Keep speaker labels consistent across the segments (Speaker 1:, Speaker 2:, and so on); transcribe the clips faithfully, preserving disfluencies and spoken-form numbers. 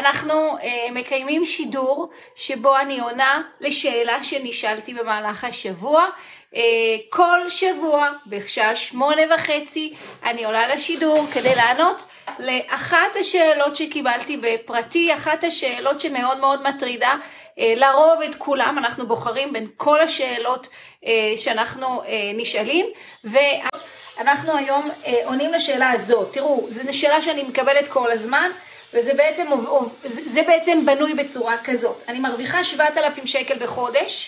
Speaker 1: אנחנו אה, מקיימים שידור שבו אני עונה לשאלה שנשאלתי במהלך השבוע. אה, כל שבוע בשעה שמונה וחצי אני עולה לשידור כדי לענות לאחת השאלות שקיבלתי בפרטי, אחת השאלות שמאוד מאוד מטרידה. לרוב את כולם, אנחנו בוחרים בין כל השאלות שאנחנו נשאלים, ואנחנו היום עונים לשאלה הזאת. תראו, זו שאלה שאני מקבלת כל הזמן, וזה בעצם, זה בעצם בנוי בצורה כזאת. אני מרוויחה שבעת אלפים שקל בחודש,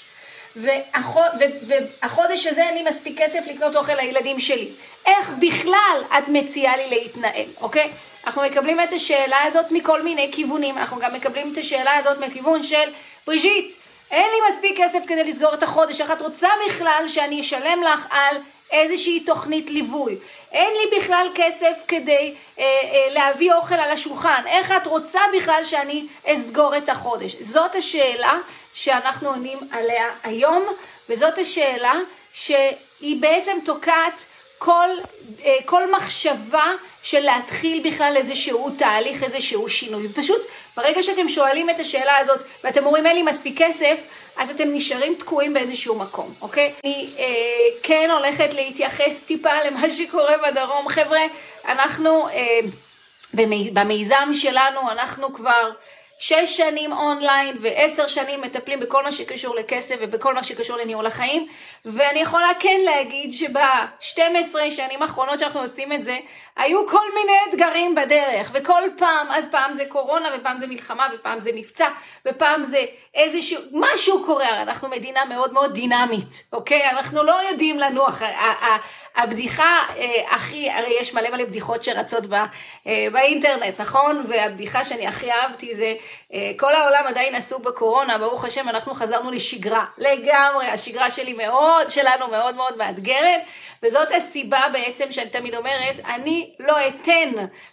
Speaker 1: והחודש הזה אין לי מספיק כסף לקנות אוכל לילדים שלי. איך בכלל את מציעה לי להתנהל, אוקיי? אנחנו מקבלים את השאלה הזאת מכל מיני כיוונים. אנחנו גם מקבלים את השאלה הזאת מכיוון של בריז'יט, אין לי מספיק כסף כדי לסגור את החודש, איך את רוצה בכלל שאני אשלם לך על איזושהי תוכנית ליווי? אין לי בכלל כסף כדי אה, אה, להביא אוכל על השולחן, איך את רוצה בכלל שאני אסגור את החודש? זאת השאלה שאנחנו עונים עליה היום, וזאת השאלה שהיא בעצם תוקעת כל, כל מחשבה של להתחיל בכלל איזשהו תהליך, איזשהו שינוי. פשוט ברגע שאתם שואלים את השאלה הזאת ואתם אומרים אין לי מספיק כסף, אז אתם נשארים תקועים באיזשהו מקום, אוקיי? אני אה, כן הולכת להתייחס טיפה למה שקורה בדרום. חבר'ה, אנחנו אה, במיזם שלנו, אנחנו כבר שש שנים אונליין ועשר שנים מטפלים בכל מה שקשור לכסף ובכל מה שקשור לניהול החיים, ואני יכולה כן להגיד שב-שתים עשרה שנים האחרונות שאנחנו עושים את זה, היו כל מיני אתגרים בדרך, וכל פעם, אז פעם זה קורונה, ופעם זה מלחמה, ופעם זה מבצע, ופעם זה איזשהו, משהו קורה. אנחנו מדינה מאוד מאוד דינמית, אוקיי? אנחנו לא יודעים לנוח. הבדיחה הכי, הרי יש מלא מלא בדיחות שרצות בא, באינטרנט, נכון? והבדיחה שאני הכי אהבתי זה, כל העולם עדיין עסוק בקורונה, ברוך השם אנחנו חזרנו לשגרה, לגמרי, השגרה שלי מאוד, שלנו מאוד מאוד מאתגרת, וזאת הסיבה בעצם שאני תמיד אומרת, אני לא אתן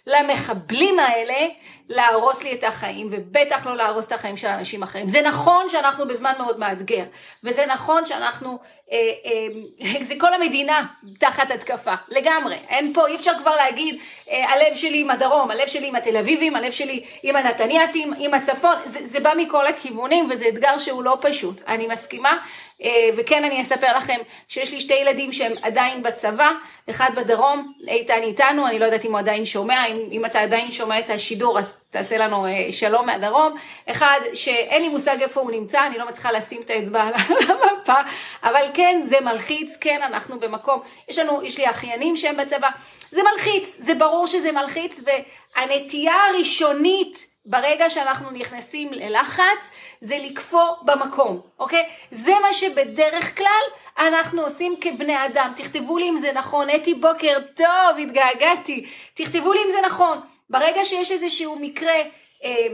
Speaker 1: למחבלים האלה להרוס לי את החיים, ובטח לא להרוס את החיים של אנשים אחרים. זה נכון שאנחנו בזמן מאוד מאתגר, וזה נכון שאנחנו, אה, אה, זה כל המדינה תחת התקפה, לגמרי. אין פה, אי אפשר כבר להגיד, אה, הלב שלי עם הדרום, הלב שלי עם התל אביבים, הלב שלי עם הנתניאתים, עם הצפון, זה, זה בא מכל הכיוונים, וזה אתגר שהוא לא פשוט. אני מסכימה, אה, וכן אני אספר לכם שיש לי שתי ילדים שהם עדיין בצבא, אחד בדרום, איתן איתנו, אני לא יודעת אם הוא עדיין שומע, אם, אם אתה עדיין שומע את השידור, אז תעשה לנו אה, שלום מהדרום. אחד שאין לי מושג איפה הוא נמצא, אני לא מצליחה לשים את האצבע על המפה, אבל כן, זה מלחיץ, כן, אנחנו במקום, יש לנו, יש לי אחיינים שהם בצבא, זה מלחיץ, זה ברור שזה מלחיץ, והנטייה הראשונית, ברגע שאנחנו נכנסים ללחץ, זה לקפוא במקום, אוקיי? זה מה שבדרך כלל אנחנו עושים כבני אדם. תכתבו לי אם זה נכון, אתי בוקר טוב, התגעגעתי, תכתבו לי אם זה נכון. ברגע שיש איזשהו מקרה, אה,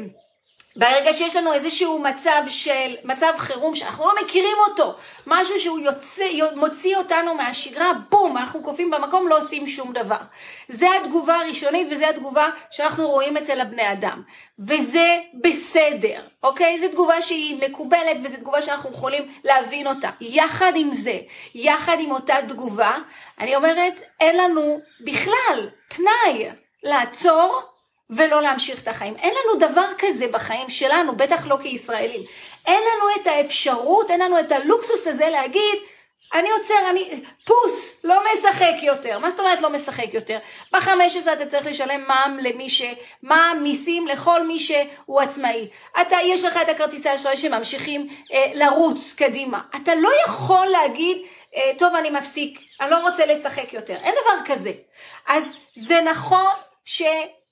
Speaker 1: ברגע שיש לנו איזשהו מצב של, מצב חירום שאנחנו לא מכירים אותו, משהו שהוא יוצא, מוציא אותנו מהשגרה, בום, אנחנו קופים במקום, לא עושים שום דבר. זה התגובה הראשונית וזה התגובה שאנחנו רואים אצל הבני אדם. וזה בסדר, אוקיי? זו תגובה שהיא מקובלת וזו תגובה שאנחנו יכולים להבין אותה. יחד עם זה, יחד עם אותה תגובה, אני אומרת, אין לנו בכלל פנאי לעצור ולא להמשיך את החיים. אין לנו דבר כזה בחיים שלנו, בטח לא כישראלים. אין לנו את האפשרות, אין לנו את הלוקסוס הזה להגיד, אני עוצר, אני פוס, לא משחק יותר. מה זאת אומרת לא משחק יותר? בחמש עשרה אתה צריך לשלם מע"מ למי ש... מע"מ מיסים לכל מי שהוא עצמאי. אתה, יש לך את הכרטיסי אשראי שממשיכים אה, לרוץ קדימה. אתה לא יכול להגיד, אה, טוב אני מפסיק, אני לא רוצה לשחק יותר. אין דבר כזה. אז זה נכון ש...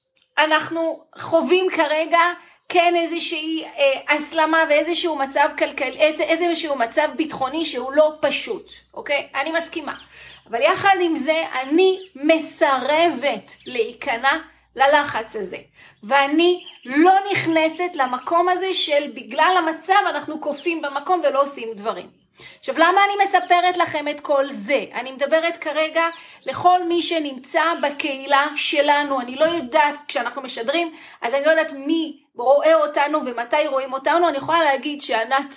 Speaker 1: אנחנו חווים כרגע כן איזושהי אה, הסלמה ואיזשהו מצב כלכלי, איזשהו מצב ביטחוני שהוא לא פשוט, אוקיי? אני מסכימה. אבל יחד עם זה אני מסרבת להיכנע ללחץ הזה. ואני לא נכנסת למקום הזה של בגלל המצב אנחנו קופים במקום ולא עושים דברים. עכשיו, למה אני מספרת לכם את כל זה? אני מדברת כרגע לכל מי שנמצא בקהילה שלנו. אני לא יודעת, כשאנחנו משדרים, אז אני לא יודעת מי רואה אותנו ומתי רואים אותנו. אני יכולה להגיד שענת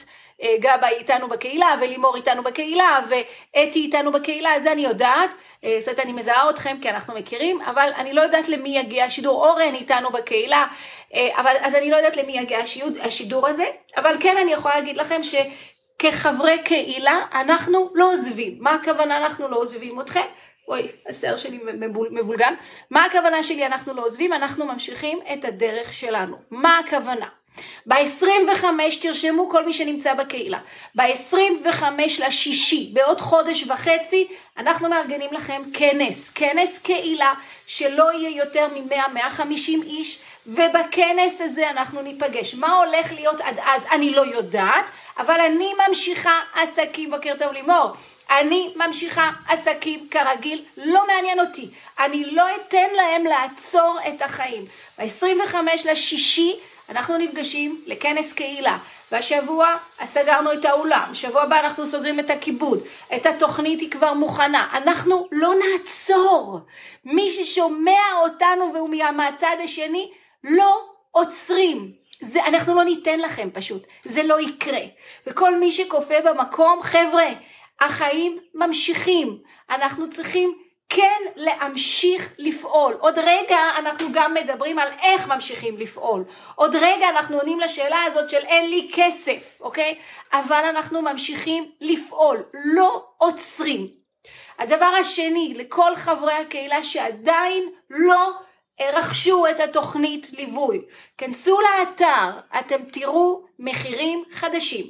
Speaker 1: גבה איתנו בקהילה, ולימור איתנו בקהילה, ואתי איתנו בקהילה, זה אני יודעת, זאת אומרת אני מזהה אתכם כי אנחנו מכירים, אבל אני לא יודעת למי יגיע השידור, אורן איתנו בקהילה, אבל, אז אני לא יודעת למי יגיע השידור הזה, אבל כן אני יכולה להגיד לכם ש... כחברי קהילה, אנחנו לא עוזבים. מה הכוונה אנחנו לא עוזבים אתכם? אוי, השיער שלי מבולגן. מה הכוונה שלי אנחנו לא עוזבים? אנחנו ממשיכים את הדרך שלנו. מה הכוונה? ב-עשרים וחמש, תרשמו כל מי שנמצא בקהילה, ב-עשרים וחמש לשישי, בעוד חודש וחצי, אנחנו מארגנים לכם כנס, כנס קהילה, שלא יהיה יותר מ-מאה עד מאה וחמישים איש, ובכנס הזה אנחנו ניפגש. מה הולך להיות עד אז? אני לא יודעת, אבל אני ממשיכה עסקים, בוקר טוב לימור, אני ממשיכה עסקים כרגיל, לא מעניין אותי, אני לא אתן להם לעצור את החיים. ב-עשרים וחמש לשישי, אנחנו נפגשים לכנס קהילה, והשבוע סגרנו את האולם, שבוע הבא אנחנו סוגרים את הכיבוד, את התוכנית היא כבר מוכנה, אנחנו לא נעצור, מי ששומע אותנו והוא מהצד השני, לא עוצרים, זה, אנחנו לא ניתן לכם פשוט, זה לא יקרה, וכל מי שקופה במקום, חבר'ה, החיים ממשיכים, אנחנו צריכים כן להמשיך לפעול. עוד רגע אנחנו גם מדברים על איך ממשיכים לפעול. עוד רגע אנחנו עונים לשאלה הזאת של אין לי כסף, אוקיי? אבל אנחנו ממשיכים לפעול, לא עוצרים. הדבר השני, לכל חברי הקהילה שעדיין לא רכשו את התוכנית ליווי, כנסו לאתר, אתם תראו מחירים חדשים.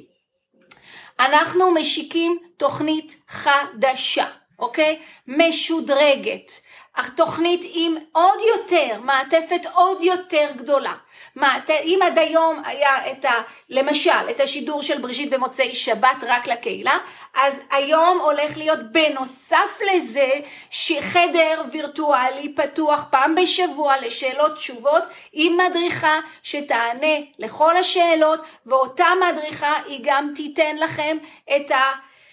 Speaker 1: אנחנו משיקים תוכנית חדשה. אוקיי? משודרגת. התוכנית עם עוד יותר, מעטפת עוד יותר גדולה. אם עד היום היה את ה, למשל, את השידור של בריז'יט במוצאי שבת רק לקהילה, אז היום הולך להיות בנוסף לזה שחדר וירטואלי פתוח פעם בשבוע לשאלות תשובות, עם מדריכה שתענה לכל השאלות, ואותה מדריכה היא גם תיתן לכם את ה...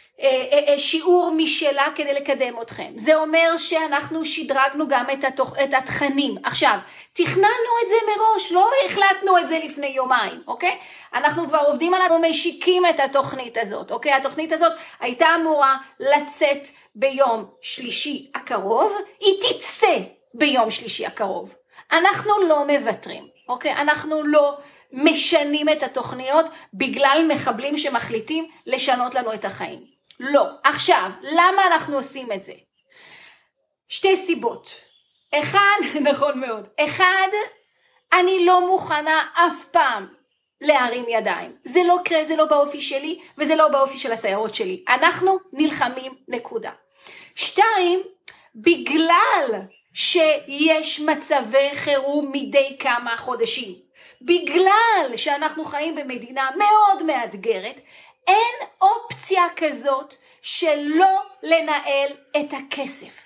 Speaker 1: שיעור משלה כדי לקדם אתכם. זה אומר שאנחנו שדרגנו גם את, התוך, את התכנים. עכשיו, תכננו את זה מראש, לא החלטנו את זה לפני יומיים, אוקיי? אנחנו כבר עובדים עליו ומשיקים את התוכנית הזאת, אוקיי? התוכנית הזאת הייתה אמורה לצאת ביום שלישי הקרוב, היא תצא ביום שלישי הקרוב. אנחנו לא מוותרים, אוקיי? אנחנו לא משנים את התוכניות בגלל מחבלים שמחליטים לשנות לנו את החיים. לא. עכשיו, למה אנחנו עושים את זה? שתי סיבות. אחד, נכון מאוד. אחד, אני לא מוכנה אף פעם להרים ידיים. זה לא קרה, זה לא באופי שלי, וזה לא באופי של הסיירות שלי. אנחנו נלחמים נקודה. שתיים, בגלל שיש מצבי חירום מדי כמה חודשים, בגלל שאנחנו חיים במדינה מאוד מאתגרת, אין אופציה כזאת שלא לנהל את הכסף.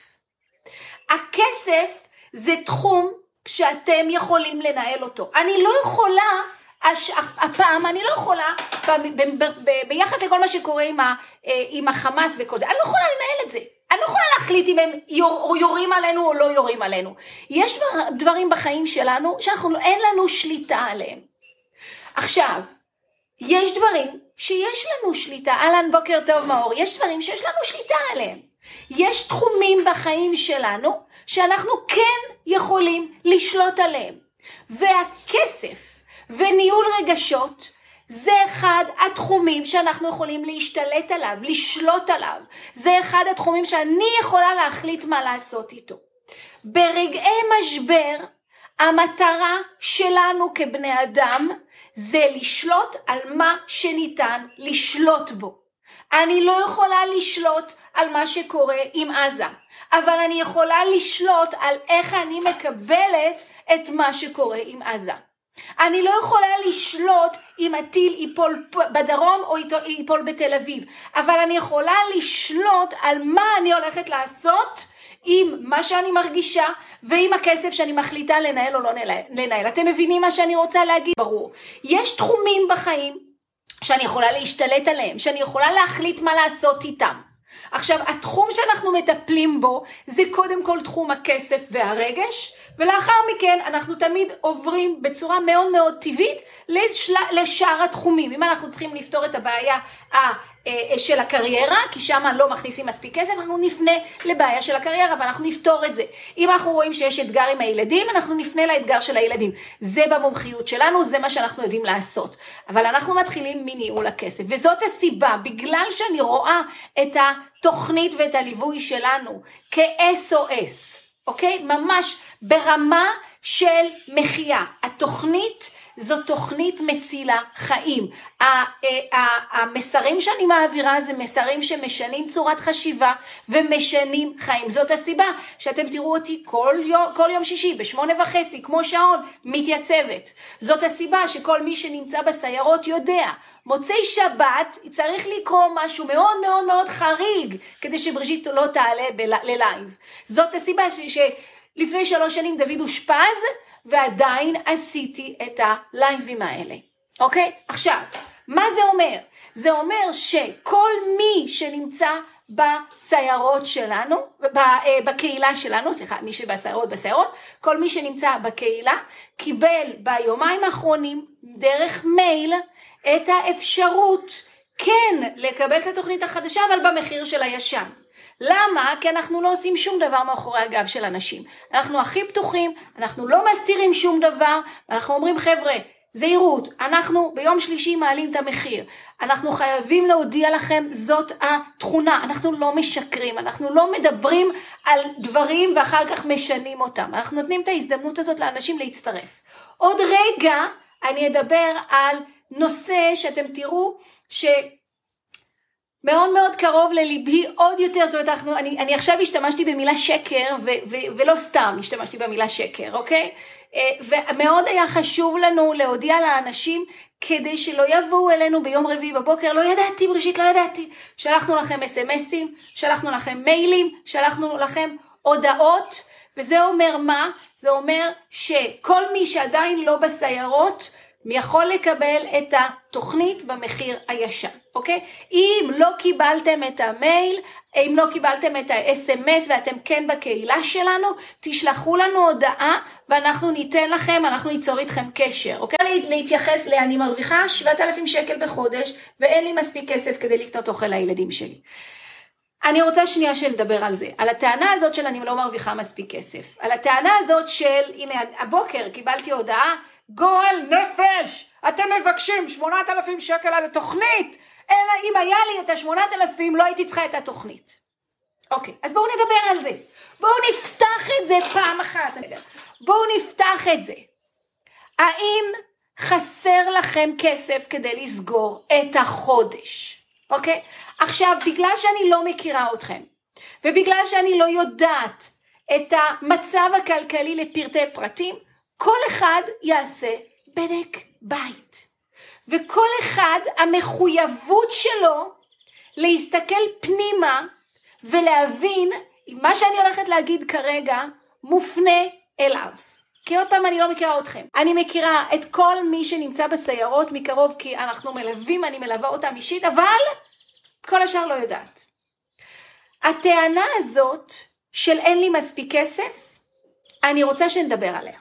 Speaker 1: הכסף זה תחום שאתם יכולים לנהל אותו. אני לא יכולה, הפעם אני לא יכולה, ביחס לכל מה שקורה עם, ה, עם החמאס וכל זה, אני לא יכולה לנהל את זה. אני לא יכולה להחליט אם הם יורים עלינו או לא יורים עלינו. יש דברים בחיים שלנו שאנחנו אין לנו שליטה עליהם. עכשיו, יש דברים שיש לנו שליטה, אלן בוקר טוב מאור, יש דברים שיש לנו שליטה עליהם. יש תחומים בחיים שלנו שאנחנו כן יכולים לשלוט עליהם. והכסף וניהול רגשות זה אחד התחומים שאנחנו יכולים להשתלט עליו, לשלוט עליו. זה אחד התחומים שאני יכולה להחליט מה לעשות איתו. ברגעי משבר, המטרה שלנו כבני אדם זה לשלוט על מה שניתן לשלוט בו. אני לא יכולה לשלוט על מה שקורה עם עזה, אבל אני יכולה לשלוט על איך אני מקבלת את מה שקורה עם עזה. אני לא יכולה לשלוט אם הטיל ייפול בדרום או ייפול בתל אביב, אבל אני יכולה לשלוט על מה אני הולכת לעשות עם מה שאני מרגישה ועם הכסף שאני מחליטה לנהל או לא לנהל. אתם מבינים מה שאני רוצה להגיד? ברור. יש תחומים בחיים שאני יכולה להשתלט עליהם, שאני יכולה להחליט מה לעשות איתם. עכשיו, התחום שאנחנו מטפלים בו זה קודם כל תחום הכסף והרגש, ולאחר מכן אנחנו תמיד עוברים בצורה מאוד מאוד טבעית לשל... לשאר התחומים. אם אנחנו צריכים לפתור את הבעיה של הקריירה, כי שם לא מכניסים מספיק כסף, אנחנו נפנה לבעיה של הקריירה ואנחנו נפתור את זה. אם אנחנו רואים שיש אתגר עם הילדים, אנחנו נפנה לאתגר של הילדים. זה במומחיות שלנו, זה מה שאנחנו יודעים לעשות. אבל אנחנו מתחילים מניהול הכסף, וזאת הסיבה, בגלל שאני רואה את התוכנית ואת הליווי שלנו כ-אס או אס, אוקיי? ממש ברמה של מחיה. התוכנית זו תוכנית מצילה חיים. המסרים שאני מעבירה זה מסרים שמשנים צורת חשיבה ומשנים חיים. זאת הסיבה שאתם תראו אותי כל יום, כל יום שישי בשמונה וחצי כמו שעון מתייצבת. זאת הסיבה שכל מי שנמצא בסיירות יודע, מוצאי שבת צריך לקרוא משהו מאוד מאוד מאוד חריג כדי שבריז'יט לא תעלה ללייב. זאת הסיבה שלפני שלוש שנים דוד אושפז ועדיין עשיתי את הלייבים האלה. אוקיי? עכשיו, מה זה אומר? זה אומר שכל מי שנמצא בסיירות שלנו, בקהילה שלנו, סליחה, מי שבסיירות בסיירות, כל מי שנמצא בקהילה קיבל ביומיים האחרונים דרך מייל את האפשרות כן לקבל את התוכנית החדשה, אבל במחיר של הישן. למה? כי אנחנו לא עושים שום דבר מאחורי הגב של אנשים. אנחנו הכי פתוחים, אנחנו לא מסתירים שום דבר, אנחנו אומרים חבר'ה, זהירות, אנחנו ביום שלישי מעלים את המחיר, אנחנו חייבים להודיע לכם, זאת התכונה, אנחנו לא משקרים, אנחנו לא מדברים על דברים ואחר כך משנים אותם, אנחנו נותנים את ההזדמנות הזאת לאנשים להצטרף. עוד רגע אני אדבר על נושא שאתם תראו ש... מאוד מאוד קרוב לליבי עוד יותר, זאת אומרת, אני, אני עכשיו השתמשתי במילה שקר, ו, ו, ולא סתם השתמשתי במילה שקר, אוקיי? ומאוד היה חשוב לנו להודיע לאנשים, כדי שלא יבואו אלינו ביום רביעי בבוקר, לא ידעתי בראשית, לא ידעתי. שלחנו לכם אס-אמסים, שלחנו לכם מיילים, שלחנו לכם הודעות, וזה אומר מה? זה אומר שכל מי שעדיין לא בסיירות, יכול לקבל את התוכנית במחיר הישן, אוקיי? אם לא קיבלתם את המייל, אם לא קיבלתם את ה-אס-אמס ואתם כן בקהילה שלנו, תשלחו לנו הודעה ואנחנו ניתן לכם, אנחנו ניצור איתכם קשר, אוקיי? להתייחס ל- אני מרוויחה שבעת אלפים שקל בחודש ואין לי מספיק כסף כדי לקנות אוכל לילדים שלי. אני רוצה שנייה שנדבר על זה, על הטענה הזאת של אני לא מרוויחה מספיק כסף, על הטענה הזאת של, הנה הבוקר קיבלתי הודעה, גועל נפש, אתם מבקשים שמונת אלפים שקל על התוכנית, אלא אם היה לי את השמונת אלפים לא הייתי צריכה את התוכנית. אוקיי, אז בואו נדבר על זה, בואו נפתח את זה פעם אחת, בואו נפתח את זה. האם חסר לכם כסף כדי לסגור את החודש? אוקיי? עכשיו, בגלל שאני לא מכירה אתכם, ובגלל שאני לא יודעת את המצב הכלכלי לפרטי פרטים, כל אחד יעשה בדק בית. וכל אחד המחויבות שלו להסתכל פנימה ולהבין אם מה שאני הולכת להגיד כרגע מופנה אליו. כי עוד פעם אני לא מכירה אתכם. אני מכירה את כל מי שנמצא בסיירות מקרוב כי אנחנו מלווים, אני מלווה אותם אישית, אבל כל השאר לא יודעת. הטענה הזאת של אין לי מספיק כסף, אני רוצה שנדבר עליה.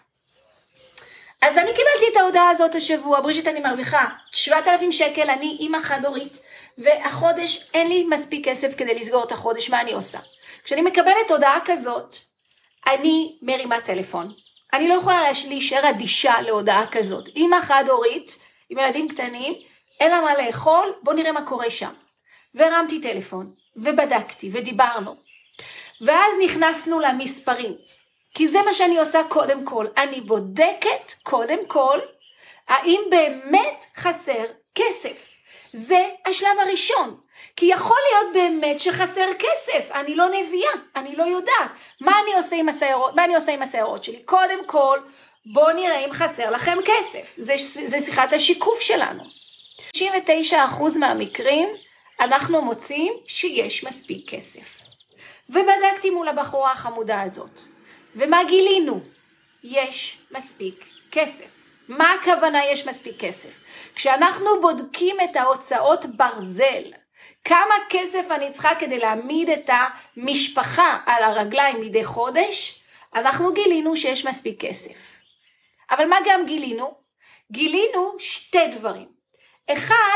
Speaker 1: אז אני קיבלתי את ההודעה הזאת השבוע, בריז'יט אני מרוויחה שבעת אלפים שקל, אני אימא חד הורית, והחודש אין לי מספיק כסף כדי לסגור את החודש, מה אני עושה? כשאני מקבלת הודעה כזאת, אני מרימה טלפון. אני לא יכולה להישאר אדישה להודעה כזאת. אימא חד הורית, עם ילדים קטנים, אין לה מה לאכול, בוא נראה מה קורה שם. והרמתי טלפון, ובדקתי, ודיברנו. ואז נכנסנו למספרים. כי זה מה שאני עושה קודם כל, אני בודקת קודם כל, האם באמת חסר כסף. זה השלב הראשון, כי יכול להיות באמת שחסר כסף, אני לא נביאה, אני לא יודעת. מה אני עושה עם הסיירות, מה אני עושה עם הסיירות שלי? קודם כל, בוא נראה אם חסר לכם כסף, זה, זה שיחת השיקוף שלנו. תשעים ותשעה אחוז מהמקרים, אנחנו מוצאים שיש מספיק כסף. ובדקתי מול הבחורה החמודה הזאת. ומה גילינו? יש מספיק כסף. מה הכוונה יש מספיק כסף? כשאנחנו בודקים את ההוצאות ברזל, כמה כסף אני צריכה כדי להעמיד את המשפחה על הרגליים מדי חודש? אנחנו גילינו שיש מספיק כסף. אבל מה גם גילינו? גילינו שתי דברים. אחד,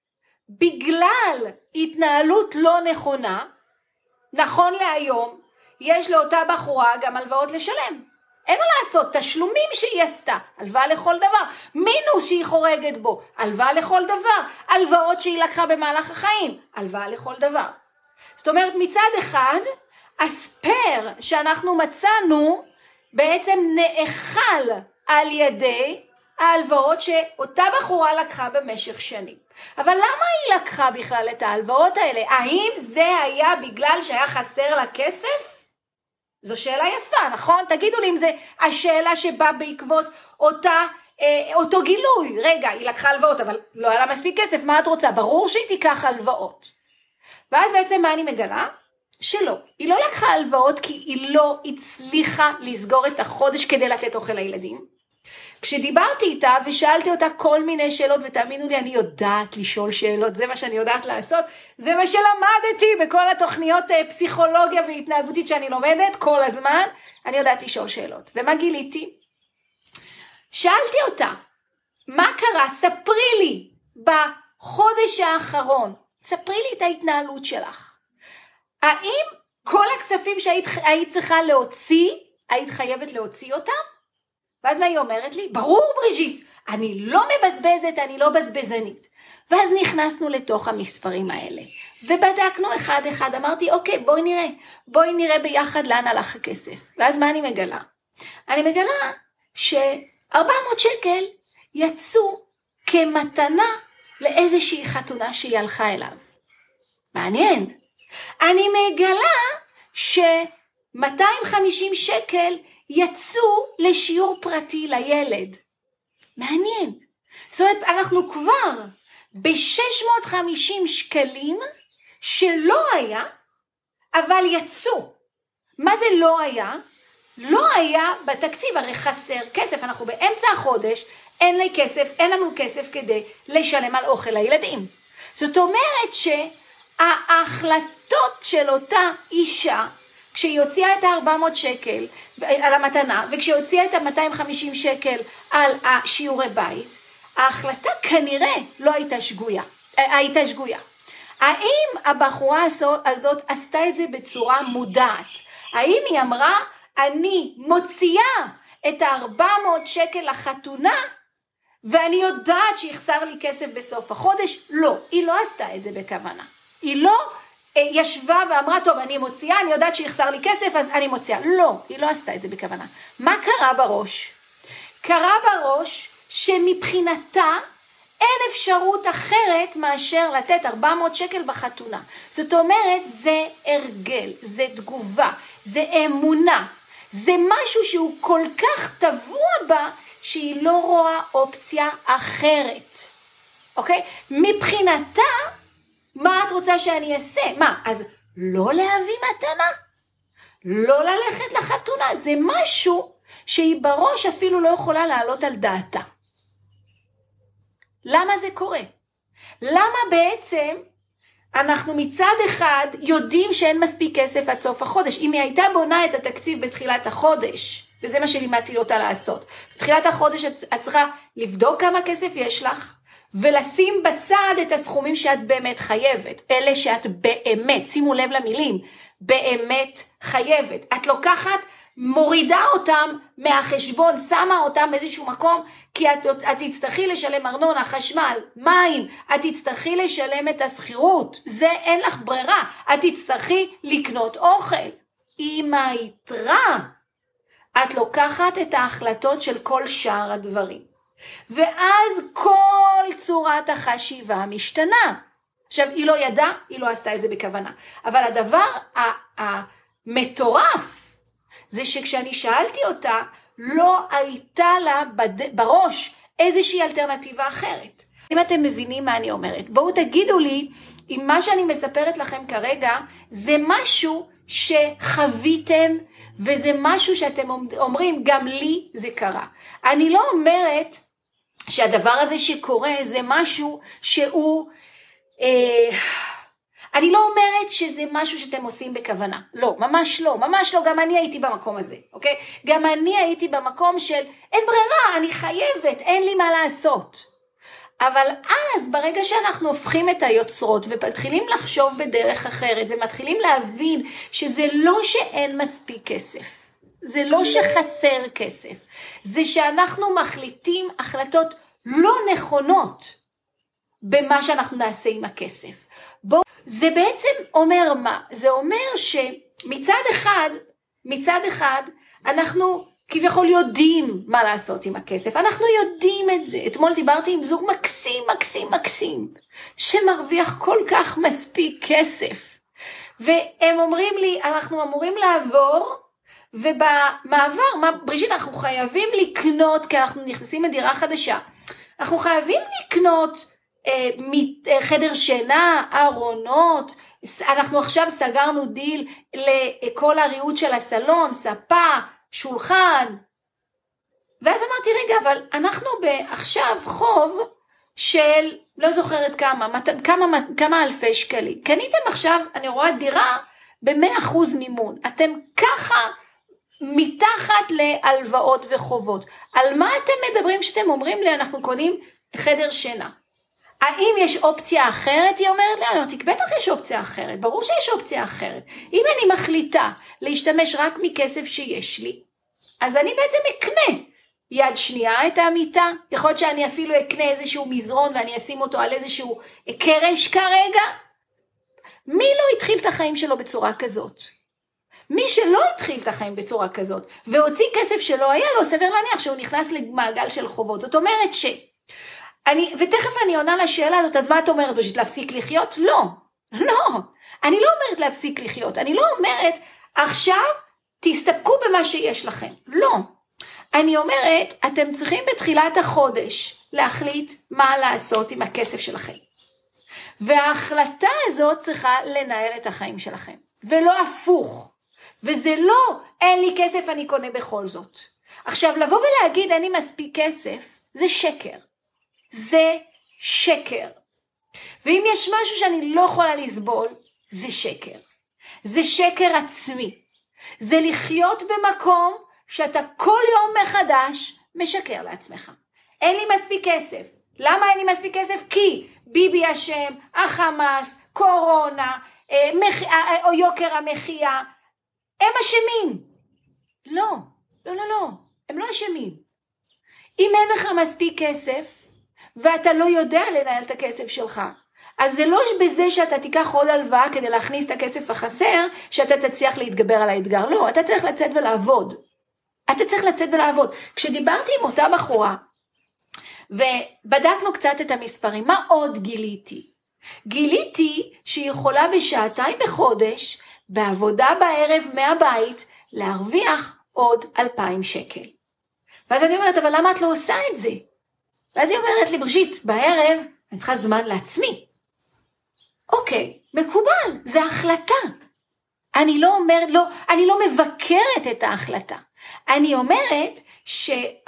Speaker 1: בגלל התנהלות לא נכונה, נכון להיום, יש לאותה בחורה גם הלוואות לשלם. אין לו לעשות תשלומים שהיא עשתה, הלוואה לכל דבר, מינוס שהיא חורגת בו, הלוואה לכל דבר, הלוואות שהיא לקחה במהלך החיים, הלוואה לכל דבר. זאת אומרת, מצד אחד, הספר שאנחנו מצאנו בעצם נאכל על ידי ההלוואות שאותה בחורה לקחה במשך שנים. אבל למה היא לקחה בכלל את ההלוואות האלה? האם זה היה בגלל שהיה חסר לה כסף? זו שאלה יפה, נכון? תגידו לי אם זה השאלה שבאה בעקבות אותה, אה, אותו גילוי. רגע, היא לקחה הלוואות, אבל לא היה לה מספיק כסף, מה את רוצה? ברור שהיא תיקח הלוואות. ואז בעצם מה אני מגלה? שלא. היא לא לקחה הלוואות כי היא לא הצליחה לסגור את החודש כדי לתת אוכל לילדים. כשדיברתי איתה ושאלתי אותה כל מיני שאלות, ותאמינו לי, אני יודעת לשאול שאלות, זה מה שאני יודעת לעשות, זה מה שלמדתי בכל התוכניות פסיכולוגיה והתנהגותית שאני לומדת כל הזמן, אני יודעת לשאול שאלות. ומה גיליתי? שאלתי אותה, מה קרה? ספרי לי בחודש האחרון, ספרי לי את ההתנהלות שלך. האם כל הכספים שהיית היית צריכה להוציא, היית חייבת להוציא אותם? ואז מה היא אומרת לי? ברור בריז'יט, אני לא מבזבזת, אני לא בזבזנית. ואז נכנסנו לתוך המספרים האלה, ובדקנו אחד אחד, אמרתי, אוקיי, בואי נראה, בואי נראה ביחד לאן הלך הכסף. ואז מה אני מגלה? אני מגלה ש-ארבע מאות שקל יצאו כמתנה לאיזושהי חתונה שהיא הלכה אליו. מעניין. אני מגלה ש-מאתיים וחמישים שקל יצאו לשיעור פרטי לילד. מעניין. זאת אומרת, אנחנו כבר ב-שש מאות וחמישים שקלים שלא היה, אבל יצאו. מה זה לא היה? לא היה בתקציב, הרי חסר כסף, אנחנו באמצע החודש, אין לי כסף, אין לנו כסף כדי לשלם על אוכל לילדים. זאת אומרת שההחלטות של אותה אישה, כשהיא הוציאה את ה-ארבע מאות שקל על המתנה, וכשהיא הוציאה את ה-מאתיים וחמישים שקל על השיעורי בית, ההחלטה כנראה לא הייתה שגויה, הייתה שגויה. האם הבחורה הזאת עשתה את זה בצורה מודעת? האם היא אמרה, אני מוציאה את ה-ארבע מאות שקל לחתונה, ואני יודעת שיחסר לי כסף בסוף החודש? לא, היא לא עשתה את זה בכוונה. היא לא ישבה ואמרה, טוב, אני מוציאה, אני יודעת שיחסר לי כסף, אז אני מוציאה. לא, היא לא עשתה את זה בכוונה. מה קרה בראש? קרה בראש שמבחינתה אין אפשרות אחרת מאשר לתת ארבע מאות שקל בחתונה. זאת אומרת, זה הרגל, זה תגובה, זה אמונה. זה משהו שהוא כל כך טבוע בה, שהיא לא רואה אופציה אחרת. אוקיי? מבחינתה, מה את רוצה שאני אעשה? מה? אז לא להביא מתנה? לא ללכת לחתונה? זה משהו שהיא בראש אפילו לא יכולה לעלות על דעתה. למה זה קורה? למה בעצם אנחנו מצד אחד יודעים שאין מספיק כסף עד סוף החודש? אם היא הייתה בונה את התקציב בתחילת החודש, וזה מה שלימדתי אותה לעשות. בתחילת החודש את צריכה לבדוק כמה כסף יש לך, ולשים בצד את הסכומים שאת באמת חייבת. אלה שאת באמת, שימו לב למילים, באמת חייבת. את לוקחת, מורידה אותם מהחשבון, שמה אותם באיזשהו מקום, כי את, את תצטרכי לשלם ארנונה, חשמל, מים, את תצטרכי לשלם את השכירות. זה אין לך ברירה. את תצטרכי לקנות אוכל. עם היתרה, את לוקחת את ההחלטות של כל שאר הדברים. ואז כל צורת החשיבה משתנה. עכשיו, היא לא ידעה, היא לא עשתה את זה בכוונה. אבל הדבר המטורף, זה שכשאני שאלתי אותה, לא הייתה לה בראש איזושהי אלטרנטיבה אחרת. אם אתם מבינים מה אני אומרת, בואו תגידו לי, אם מה שאני מספרת לכם כרגע, זה משהו שחוויתם, וזה משהו שאתם אומרים, גם לי זה קרה. אני לא אומרת שהדבר הזה שקורה זה משהו שהוא אה, אני לא אומרת שזה משהו שאתם עושים בכוונה. לא, ממש לא, ממש לא. גם אני הייתי במקום הזה, אוקיי? גם אני הייתי במקום של אין ברירה, אני חייבת, אין לי מה לעשות. אבל אז ברגע שאנחנו הופכים את היוצרות ומתחילים לחשוב בדרך אחרת ומתחילים להבין שזה לא שאין מספיק כסף. זה לא שחסר כסף. זה שאנחנו מחליטים החלטות לא נכונות במה שאנחנו נעשה עם הכסף. בוא, זה בעצם אומר מה? זה אומר שמצד אחד, מצד אחד, אנחנו כביכול יודעים מה לעשות עם הכסף. אנחנו יודעים את זה. אתמול דיברתי עם זוג מקסים, מקסים, מקסים, שמרוויח כל כך מספיק כסף. והם אומרים לי, אנחנו אמורים לעבור, ובמעבר, מה, בריז'יט, אנחנו חייבים לקנות, כי אנחנו נכנסים לדירה חדשה. אנחנו חייבים לקנות אה, חדר שינה, ארונות, אנחנו עכשיו סגרנו דיל לכל הריהוט של הסלון, ספה, שולחן. ואז אמרתי, רגע, אבל אנחנו עכשיו חוב של, לא זוכרת כמה, כמה, כמה אלפי שקלים. קניתם עכשיו, אני רואה דירה ב-מאה אחוז מימון. אתם ככה מתחת להלוואות וחובות. על מה אתם מדברים שאתם אומרים לי, אנחנו קונים חדר שינה? האם יש אופציה אחרת? היא אומרת לי, אני אומרת, בטח יש אופציה אחרת, ברור שיש אופציה אחרת. אם אני מחליטה להשתמש רק מכסף שיש לי, אז אני בעצם אקנה יד שנייה את המיטה, יכול להיות שאני אפילו אקנה איזשהו מזרון ואני אשים אותו על איזשהו קרש כרגע. מי לא התחיל את החיים שלו בצורה כזאת? מי שלא התחיל את החיים בצורה כזאת, והוציא כסף שלא היה לו, סביר להניח שהוא נכנס למעגל של חובות. זאת אומרת ש... אני, ותכף אני עונה לשאלה הזאת, אז מה את אומרת? בשביל להפסיק לחיות? לא, לא. אני לא אומרת להפסיק לחיות, אני לא אומרת, עכשיו תסתפקו במה שיש לכם. לא. אני אומרת, אתם צריכים בתחילת החודש להחליט מה לעשות עם הכסף שלכם. וההחלטה הזאת צריכה לנהל את החיים שלכם. ולא הפוך. וזה לא, אין לי כסף, אני קונה בכל זאת. עכשיו, לבוא ולהגיד, אין לי מספיק כסף, זה שקר. זה שקר. ואם יש משהו שאני לא יכולה לסבול, זה שקר. זה שקר עצמי. זה לחיות במקום שאתה כל יום מחדש משקר לעצמך. אין לי מספיק כסף. למה אין לי מספיק כסף? כי ביבי אשם, החמאס, קורונה, מח... או יוקר המחיה, הם אשמים. לא, לא, לא, לא. הם לא אשמים. אם אין לך מספיק כסף, ואתה לא יודע לנהל את הכסף שלך, אז זה לא בזה שאתה תיקח עוד הלוואה כדי להכניס את הכסף החסר, שאתה תצליח להתגבר על האתגר. לא, אתה צריך לצאת ולעבוד. אתה צריך לצאת ולעבוד. כשדיברתי עם אותה בחורה, ובדקנו קצת את המספרים, מה עוד גיליתי? גיליתי שהיא יכולה בשעתיים בחודש, בעבודה בערב מהבית, להרוויח עוד אלפיים שקל. ואז אני אומרת, אבל למה את לא עושה את זה? ואז היא אומרת לי, בריז'יט, בערב אני צריכה זמן לעצמי. אוקיי, מקובל, זה החלטה. אני לא אומרת, לא, אני לא מבקרת את ההחלטה. אני אומרת שהשק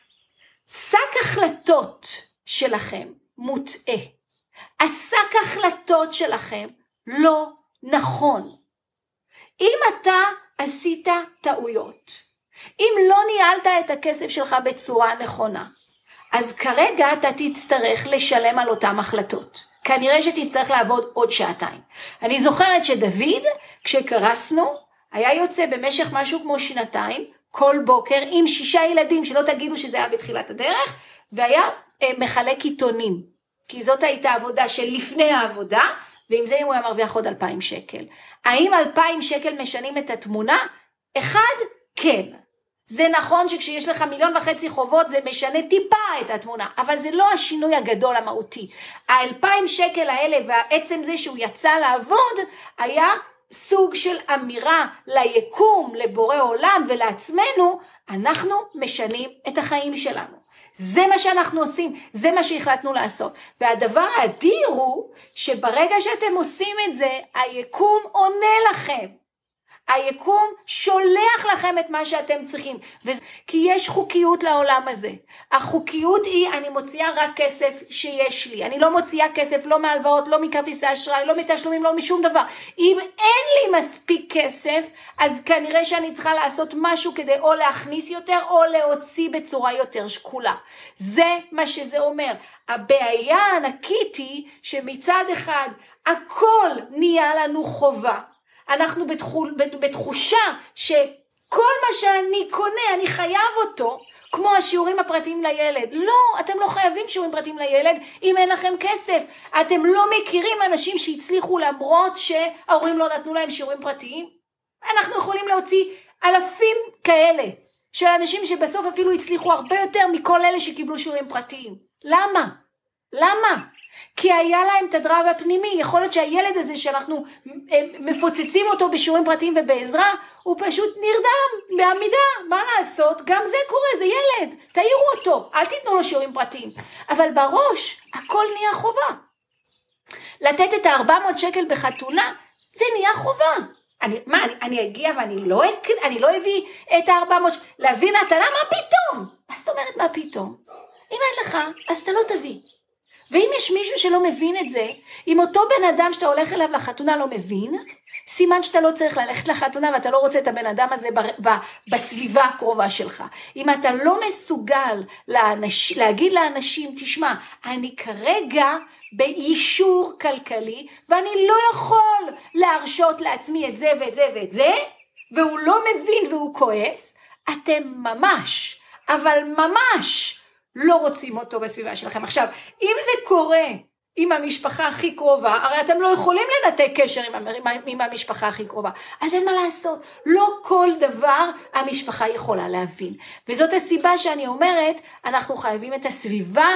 Speaker 1: החלטות שלכם מוטעה. השק החלטות שלכם לא נכון. אם אתה עשית טעויות, אם לא ניהלת את הכסף שלך בצורה נכונה, אז כרגע אתה תצטרך לשלם על אותם החלטות. כנראה שתצטרך לעבוד עוד שעתיים. אני זוכרת שדוד, כשקרסנו, היה יוצא במשך משהו כמו שנתיים, כל בוקר עם שישה ילדים, שלא תגידו שזה היה בתחילת הדרך, והיה אה, מחלק עיתונים. כי זאת הייתה עבודה של לפני העבודה, ועם זה הוא היה מרוויח עוד אלפיים שקל. האם אלפיים שקל משנים את התמונה? אחד, כן. זה נכון שכשיש לך מיליון וחצי חובות זה משנה טיפה את התמונה, אבל זה לא השינוי הגדול המהותי. האלפיים שקל האלה והעצם זה שהוא יצא לעבוד היה סוג של אמירה ליקום, לבורא עולם ולעצמנו, אנחנו משנים את החיים שלנו. זה מה שאנחנו עושים, זה מה שהחלטנו לעשות. והדבר האדיר הוא שברגע שאתם עושים את זה, היקום עונה לכם. היקום שולח לכם את מה שאתם צריכים, וזה, כי יש חוקיות לעולם הזה. החוקיות היא, אני מוציאה רק כסף שיש לי, אני לא מוציאה כסף לא מהלוואות, לא מכרטיסי אשראי, לא מתשלומים, לא משום דבר. אם אין לי מספיק כסף, אז כנראה שאני צריכה לעשות משהו כדי או להכניס יותר או להוציא בצורה יותר שקולה. זה מה שזה אומר. הבעיה הענקית היא שמצד אחד הכל נהיה לנו חובה. אנחנו בתחושה שכל מה שאני קונה אני חייב אותו, כמו השיעורים הפרטיים לילד. לא, אתם לא חייבים שיעורים פרטיים לילד אם אין לכם כסף. אתם לא מכירים אנשים שהצליחו למרות שההורים לא נתנו להם שיעורים פרטיים. אנחנו יכולים להוציא אלפים כאלה של אנשים שבסוף אפילו הצליחו הרבה יותר מכל אלה שקיבלו שיעורים פרטיים. למה? למה? כי היה להם את הדרייב הפנימי. יכול להיות שהילד הזה שאנחנו מפוצצים אותו בשיעורים פרטיים ובעזרה, הוא פשוט נרדם בעמידה. מה לעשות? גם זה קורה, זה ילד. תעירו אותו, אל תיתנו לו שיעורים פרטיים. אבל בראש הכל נהיה חובה. לתת את ה-ארבע מאות שקל בחתונה, זה נהיה חובה. אני, מה, אני, אני אגיע ואני לא, אני לא הביא את ה-ארבע מאות, להביא מהתנה, מה פתאום? מה זאת אומרת מה פתאום? אם אין לך, אז אתה לא תביא. ואם יש מישהו שלא מבין את זה, אם אותו בן אדם שאתה הולך אליו לחתונה לא מבין, סימן שאתה לא צריך ללכת לחתונה ואתה לא רוצה את הבן אדם הזה ב- ב- בסביבה הקרובה שלך. אם אתה לא מסוגל לאנש, להגיד לאנשים, תשמע, אני כרגע באישור כלכלי ואני לא יכול להרשות לעצמי את זה ואת זה ואת זה, והוא לא מבין והוא כועס, אתם ממש, אבל ממש, לא רוצים אותו בסביבה שלכם. עכשיו, אם זה קורה עם המשפחה הכי קרובה, הרי אתם לא יכולים לנתק קשר עם, עם, עם המשפחה הכי קרובה, אז אין מה לעשות. לא כל דבר המשפחה יכולה להבין. וזאת הסיבה שאני אומרת, אנחנו חייבים את הסביבה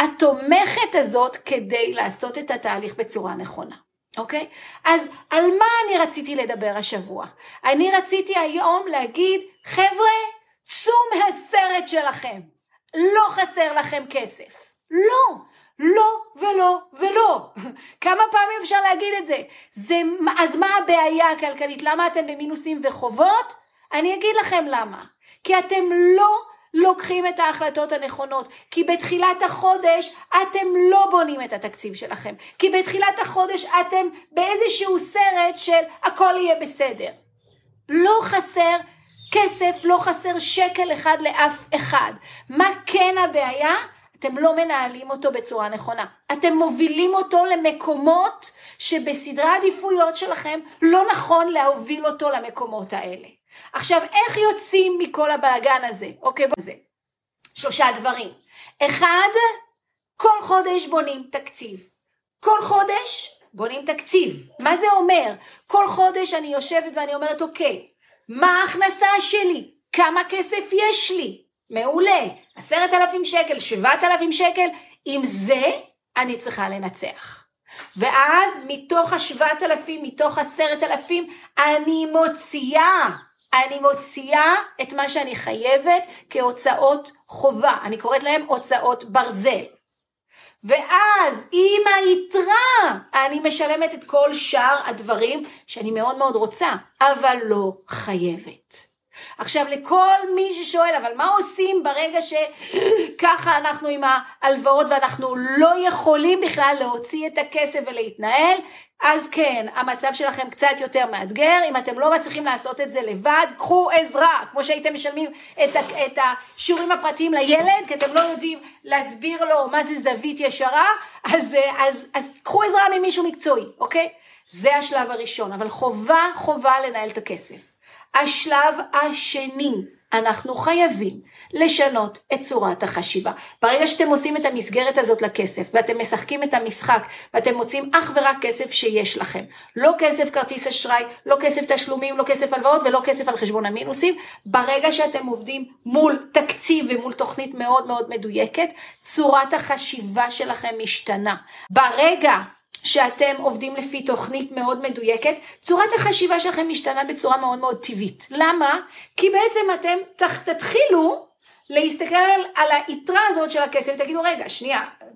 Speaker 1: התומכת הזאת כדי לעשות את התהליך בצורה נכונה. אוקיי? אז על מה אני רציתי לדבר השבוע? אני רציתי היום להגיד, חבר'ה, צאו מהסרט שלכם. לא חסר לכם כסף. לא, לא ולא ולא. כמה פעמים אפשר להגיד את זה? זה, אז מה הבעיה הכלכלית? למה אתם במינוסים וחובות? אני אגיד לכם למה. כי אתם לא לוקחים את ההחלטות הנכונות. כי בתחילת החודש אתם לא בונים את התקציב שלכם. כי בתחילת החודש אתם באיזשהו סרט של הכל יהיה בסדר. לא חסר כסף, לא חסר שקל אחד לאף אחד. מה כן הבעיה? אתם לא מנהלים אותו בצורה נכונה. אתם מובילים אותו למקומות שבסדרי העדיפויות שלכם לא נכון להוביל אותו למקומות האלה. עכשיו, איך יוצאים מכל הבלגן הזה? אוקיי, בזה. שלושה דברים. אחד, כל חודש בונים תקציב. כל חודש בונים תקציב. מה זה אומר? כל חודש אני יושבת ואני אומרת, אוקיי, מה ההכנסה שלי? כמה כסף יש לי? מעולה. עשרת אלפים שקל, שבעת אלפים שקל. עם זה אני צריכה לנצח. ואז מתוך השבעת אלפים, מתוך עשרת אלפים, אני מוציאה, אני מוציאה את מה שאני חייבת כהוצאות חובה. אני קוראת להם הוצאות ברזל. ואז עם היתרה אני משלמת את כל שאר הדברים שאני מאוד מאוד רוצה, אבל לא חייבת. עכשיו לכל מי ששואל, אבל מה עושים ברגע שככה אנחנו עם ההלוואות ואנחנו לא יכולים בכלל להוציא את הכסף ולהתנהל? אז כן, המצב שלכם קצת יותר מאתגר. אם אתם לא מצליחים לעשות את זה לבד, קחו עזרה, כמו שהייתם משלמים את, את השיעורים הפרטיים לילד, כי אתם לא יודעים להסביר לו מה זה זווית ישרה, אז, אז, אז קחו עזרה ממישהו מקצועי, אוקיי? זה השלב הראשון, אבל חובה, חובה לנהל את הכסף. השלב השני, אנחנו חייבים לשנות את צורת החשיבה. ברגע שאתם עושים את המסגרת הזאת לכסף, ואתם משחקים את המשחק, ואתם מוצאים אך ורק כסף שיש לכם, לא כסף כרטיס אשראי, לא כסף תשלומים, לא כסף הלוואות, ולא כסף על חשבון המינוסים, ברגע שאתם עובדים מול תקציב ומול תוכנית מאוד מאוד מדויקת, צורת החשיבה שלכם משתנה. ברגע שאתם עובדים לפי תוכנית מאוד מדויקת, צורת החשיבה שלכם משתנה בצורה מאוד מאוד טבעית. למה? כי בעצם אתם תתחילו להסתכל על היתרה הזאת של הכסף, ותגידו, רגע, שנייה,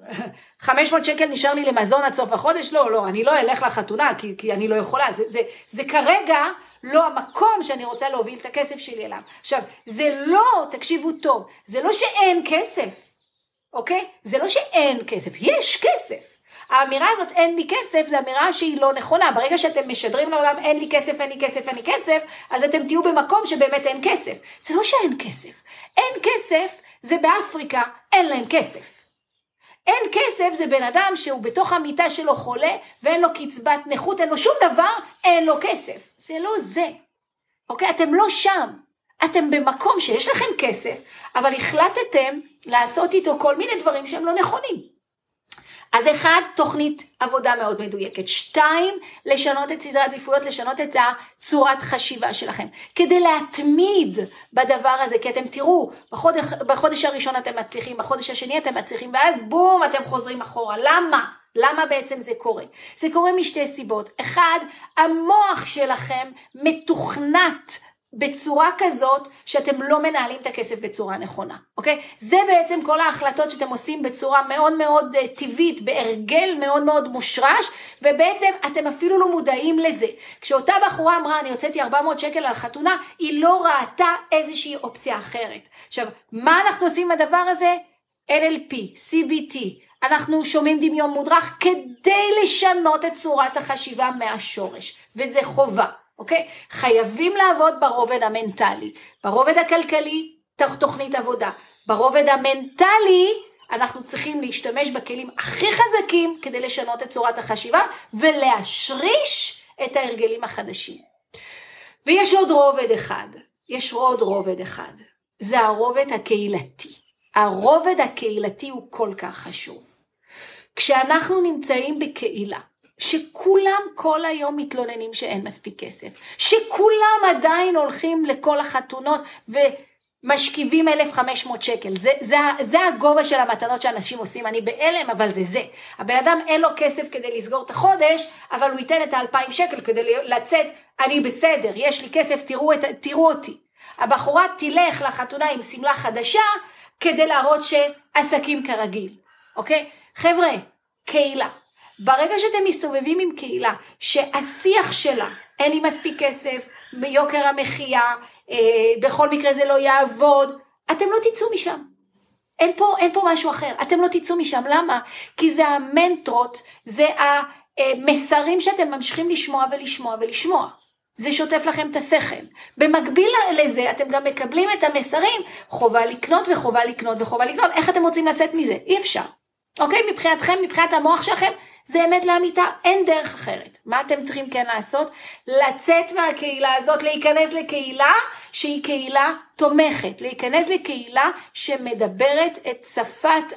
Speaker 1: חמש מאות שקל נשאר לי למזון עד סוף החודש? לא, לא, אני לא אלך לחתונה, כי, כי אני לא יכולה. זה, זה, זה כרגע לא המקום שאני רוצה להוביל את הכסף שלי אליו. עכשיו, זה לא, תקשיבו טוב, זה לא שאין כסף, אוקיי? זה לא שאין כסף, יש כסף. האמירה הזאת אין לי כסף, זו אמירה שהיא לא נכונה. ברגע שאתם משדרים לעולם אין לי כסף, אין לי כסף, אין לי כסף, אז אתם תהיו במקום שבאמת אין כסף. זה לא שאין כסף. אין כסף זה באפריקה, אין להם כסף. אין כסף זה בן אדם שהוא בתוך המיטה שלו חולה, ואין לו קצבת נכות, אין לו שום דבר, אין לו כסף. זה לא זה. אוקיי? אתם לא שם. אתם במקום שיש לכם כסף, אבל החלטתם לעשות איתו כל מיני דברים שהם לא נכונים. אז אחד, תוכנית עבודה מאוד מדויקת. שתיים, לשנות את סדרי העדיפויות, לשנות את צורת חשיבה שלכם. כדי להתמיד בדבר הזה, כי אתם תראו, בחודש, בחודש הראשון אתם מצליחים, בחודש השני אתם מצליחים, ואז בום, אתם חוזרים אחורה. למה? למה בעצם זה קורה? זה קורה משתי סיבות. אחד, המוח שלכם מתוכנת בצורה כזאת שאתם לא מנהלים את הכסף בצורה נכונה, אוקיי? זה בעצם כל ההחלטות שאתם עושים בצורה מאוד מאוד טבעית, בהרגל מאוד מאוד מושרש, ובעצם אתם אפילו לא מודעים לזה. כשאותה בחורה אמרה, אני הוצאתי ארבע מאות שקל על חתונה, היא לא ראתה איזושהי אופציה אחרת. עכשיו, מה אנחנו עושים עם הדבר הזה? אן אל פי, סי בי טי, אנחנו שומעים דמיון מודרך כדי לשנות את צורת החשיבה מהשורש, וזה חובה. אוקיי? חייבים לעבוד ברובד המנטלי, ברובד הכלכלי, תוכנית עבודה, ברובד המנטלי, אנחנו צריכים להשתמש בכלים הכי חזקים, כדי לשנות את צורת החשיבה, ולהשריש את ההרגלים החדשים. ויש עוד רובד אחד, יש עוד רובד אחד, זה הרובד הקהילתי. הרובד הקהילתי הוא כל כך חשוב. כשאנחנו נמצאים בקהילה, שכולם כל היום מתלוננים שאין מספיק כסף, שכולם עדיין הולכים לכל החתונות ומשכיבים אלף וחמש מאות שקל, זה, זה, זה הגובה של המתנות שאנשים עושים, אני באלם, אבל זה זה. הבן אדם אין לו כסף כדי לסגור את החודש, אבל הוא ייתן את האלפיים שקל כדי לצאת, אני בסדר, יש לי כסף, תראו, את, תראו אותי. הבחורה תלך לחתונה עם סמלה חדשה, כדי להראות שעסקים כרגיל, אוקיי? חבר'ה, קהילה. ברגע שאתם מסתובבים עם קהילה, שהשיח שלה, אין לי מספיק כסף, ביוקר המחיה, אה, בכל מקרה זה לא יעבוד, אתם לא תצאו משם. אין פה, אין פה משהו אחר, אתם לא תצאו משם. למה? כי זה המנטרות, זה המסרים שאתם ממשיכים לשמוע ולשמוע ולשמוע. זה שוטף לכם את השכל. במקביל לזה, אתם גם מקבלים את המסרים, חובה לקנות וחובה לקנות וחובה לקנות. איך אתם רוצים לצאת מזה? אי אפשר. אוקיי? מבחינתכם, מבחינת המוח שלכם, זה אמת לאמיתה, אין דרך אחרת. מה אתם צריכים כן לעשות? לצאת מהקהילה הזאת, להיכנס לקהילה שהיא קהילה תומכת, להיכנס לקהילה שמדברת את שפת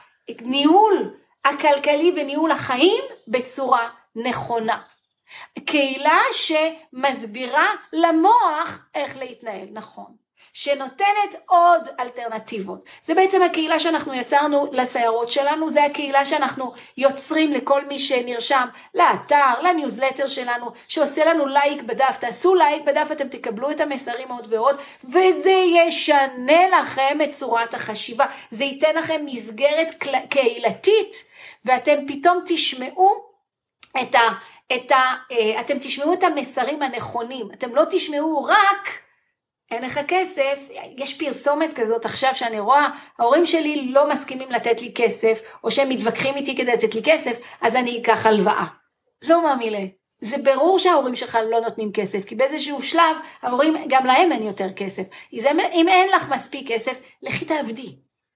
Speaker 1: הניהול הכלכלי וניהול החיים בצורה נכונה. קהילה שמסבירה למוח איך להתנהל נכון. שנותנת עוד אלטרנטיבות. זה בעצם הקהילה שאנחנו יצרנו לסיירות שלנו, זה הקהילה שאנחנו יוצרים לכל מי שנרשם לאתר, לניוזלטר שלנו, שעושה לנו לייק בדף, תעשו לייק בדף, אתם תקבלו את המסרים עוד ועוד, וזה ישנה לכם את צורת החשיבה, זה ייתן לכם מסגרת קהילתית, ואתם פתאום תשמעו את ה... את ה אתם תשמעו את המסרים הנכונים, אתם לא תשמעו רק אין לך כסף. יש פרסומת כזאת עכשיו שאני רואה, ההורים שלי לא מסכימים לתת לי כסף, או שהם מתווכחים איתי כדי לתת לי כסף, אז אני אקח הלוואה. לא מאמילה. זה ברור שההורים שלך לא נותנים כסף, כי באיזשהו שלב, ההורים, גם להם אין יותר כסף. אם אין לך מספיק כסף, לכי תעבדי.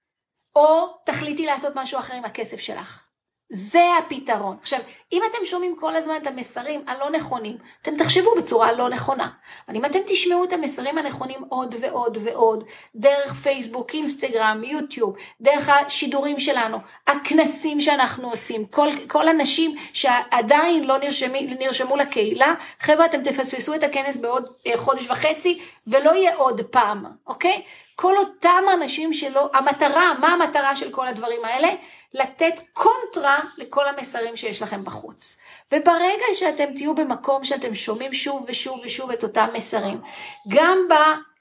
Speaker 1: או תחליטי לעשות משהו אחר עם הכסף שלך. זה הפתרון. עכשיו, אם אתם שומעים כל הזמן את המסרים הלא נכונים, אתם תחשבו בצורה לא נכונה. אבל אם אתם תשמעו את המסרים הנכונים עוד ועוד ועוד, דרך פייסבוק, אינסטגרם, יוטיוב, דרך השידורים שלנו, הכנסים שאנחנו עושים, כל, כל אנשים שעדיין לא נרשמי, נרשמו לקהילה, חבר'ה, אתם תפספסו את הכנס בעוד חודש וחצי, ולא יהיה עוד פעם, אוקיי? כל אותם אנשים שלא, המטרה, מה המטרה של כל הדברים האלה? לתת קונטרה לכל המסרים שיש לכם בחוץ. וברגע שאתם תהיו במקום שאתם שומעים שוב ושוב ושוב את אותם מסרים, גם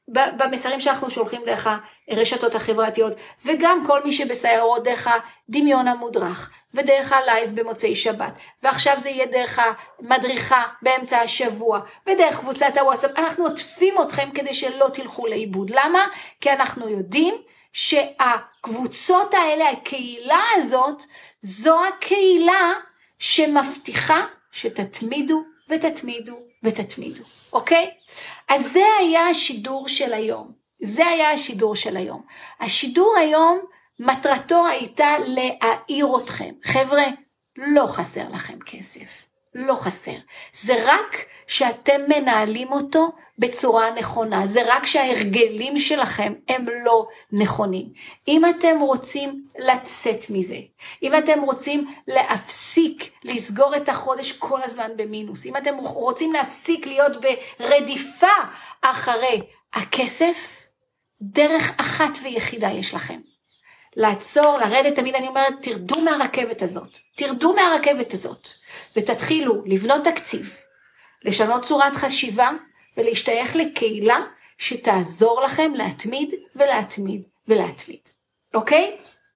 Speaker 1: במסרים שאנחנו שולחים דרך הרשתות החברתיות, וגם כל מי שבסיירות דרך הדמיון המודרך, ודרך הלייב במוצאי שבת, ועכשיו זה יהיה דרך המדריכה באמצע השבוע, ודרך קבוצת הוואטסאפ. אנחנו עוטפים אתכם כדי שלא תלכו לאיבוד. למה? כי אנחנו יודעים שהקבוצות האלה, הקהילה הזאת, זו הקהילה שמבטיחה שתתמידו ותתמידו ותתמידו, אוקיי? אז זה היה השידור של היום. זה היה השידור של היום. השידור היום, מטרתו הייתה להעיר אתכם. חבר'ה, לא חסר לכם כסף. לא חסר. זה רק שאתם מנהלים אותו בצורה נכונה. זה רק שההרגלים שלכם הם לא נכונים. אם אתם רוצים לצאת מזה, אם אתם רוצים להפסיק לסגור את החודש כל הזמן במינוס, אם אתם רוצים להפסיק להיות ברדיפה אחרי הכסף, דרך אחת ויחידה יש לכם. לעצור, לרדת, תמיד אני אומרת, תרדו מהרכבת הזאת, תרדו מהרכבת הזאת, ותתחילו לבנות תקציב, לשנות צורת חשיבה, ולהשתייך לקהילה שתעזור לכם להתמיד ולהתמיד ולהתמיד. אוקיי?